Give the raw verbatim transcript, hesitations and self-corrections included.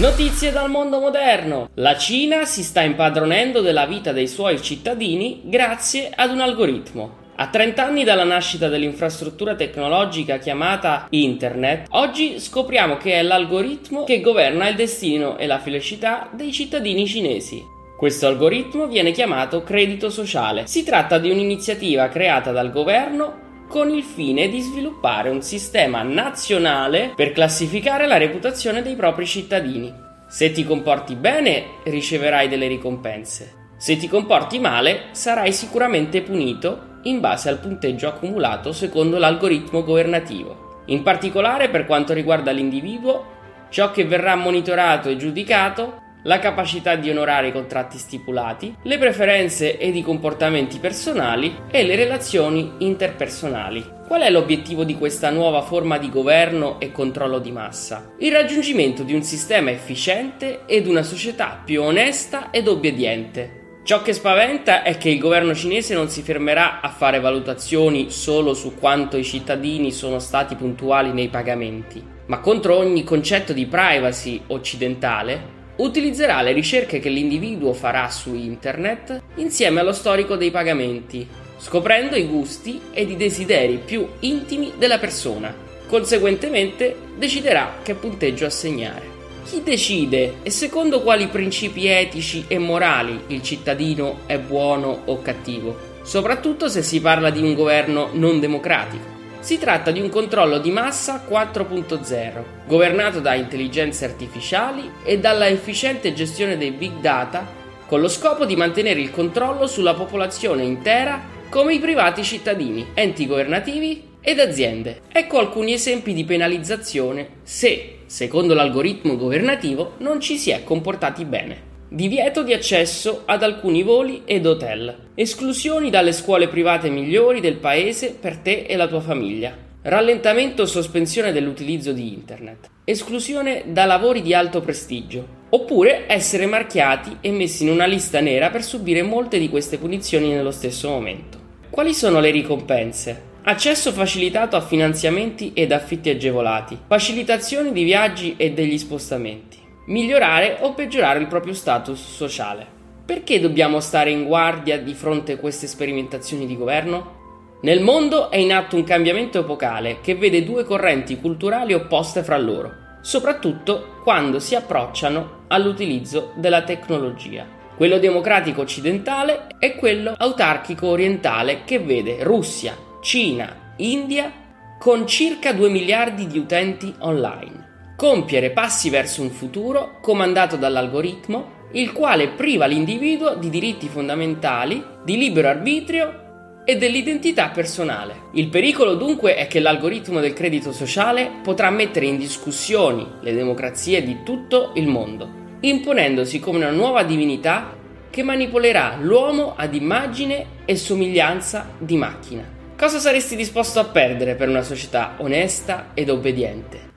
Notizie dal mondo moderno. La Cina si sta impadronendo della vita dei suoi cittadini grazie ad un algoritmo. A trenta anni dalla nascita dell'infrastruttura tecnologica chiamata Internet, oggi scopriamo che è l'algoritmo che governa il destino e la felicità dei cittadini cinesi. Questo algoritmo viene chiamato credito sociale. Si tratta di un'iniziativa creata dal governo con il fine di sviluppare un sistema nazionale per classificare la reputazione dei propri cittadini. Se ti comporti bene, riceverai delle ricompense. Se ti comporti male, sarai sicuramente punito in base al punteggio accumulato secondo l'algoritmo governativo. In particolare, per quanto riguarda l'individuo, ciò che verrà monitorato e giudicato, la capacità di onorare i contratti stipulati, le preferenze ed i comportamenti personali e le relazioni interpersonali. Qual è l'obiettivo di questa nuova forma di governo e controllo di massa? Il raggiungimento di un sistema efficiente ed una società più onesta ed obbediente. Ciò che spaventa è che il governo cinese non si fermerà a fare valutazioni solo su quanto i cittadini sono stati puntuali nei pagamenti, ma contro ogni concetto di privacy occidentale utilizzerà le ricerche che l'individuo farà su internet insieme allo storico dei pagamenti, scoprendo i gusti ed i desideri più intimi della persona. Conseguentemente deciderà che punteggio assegnare. Chi decide e secondo quali principi etici e morali il cittadino è buono o cattivo? Soprattutto se si parla di un governo non democratico. Si tratta di un controllo di massa quattro punto zero, governato da intelligenze artificiali e dalla efficiente gestione dei big data, con lo scopo di mantenere il controllo sulla popolazione intera come i privati cittadini, enti governativi ed aziende. Ecco alcuni esempi di penalizzazione se, secondo l'algoritmo governativo, non ci si è comportati bene. Divieto di accesso ad alcuni voli ed hotel. Esclusioni dalle scuole private migliori del paese per te e la tua famiglia. Rallentamento o sospensione dell'utilizzo di internet. Esclusione da lavori di alto prestigio. Oppure essere marchiati e messi in una lista nera per subire molte di queste punizioni nello stesso momento. Quali sono le ricompense? Accesso facilitato a finanziamenti ed affitti agevolati. Facilitazioni di viaggi e degli spostamenti. Migliorare o peggiorare il proprio status sociale. Perché dobbiamo stare in guardia di fronte a queste sperimentazioni di governo? Nel mondo è in atto un cambiamento epocale che vede due correnti culturali opposte fra loro, soprattutto quando si approcciano all'utilizzo della tecnologia. Quello democratico occidentale e quello autarchico orientale che vede Russia, Cina, India con circa due miliardi di utenti online compiere passi verso un futuro comandato dall'algoritmo, il quale priva l'individuo di diritti fondamentali, di libero arbitrio e dell'identità personale. Il pericolo dunque è che l'algoritmo del credito sociale potrà mettere in discussione le democrazie di tutto il mondo, imponendosi come una nuova divinità che manipolerà l'uomo ad immagine e somiglianza di macchina. Cosa saresti disposto a perdere per una società onesta ed obbediente?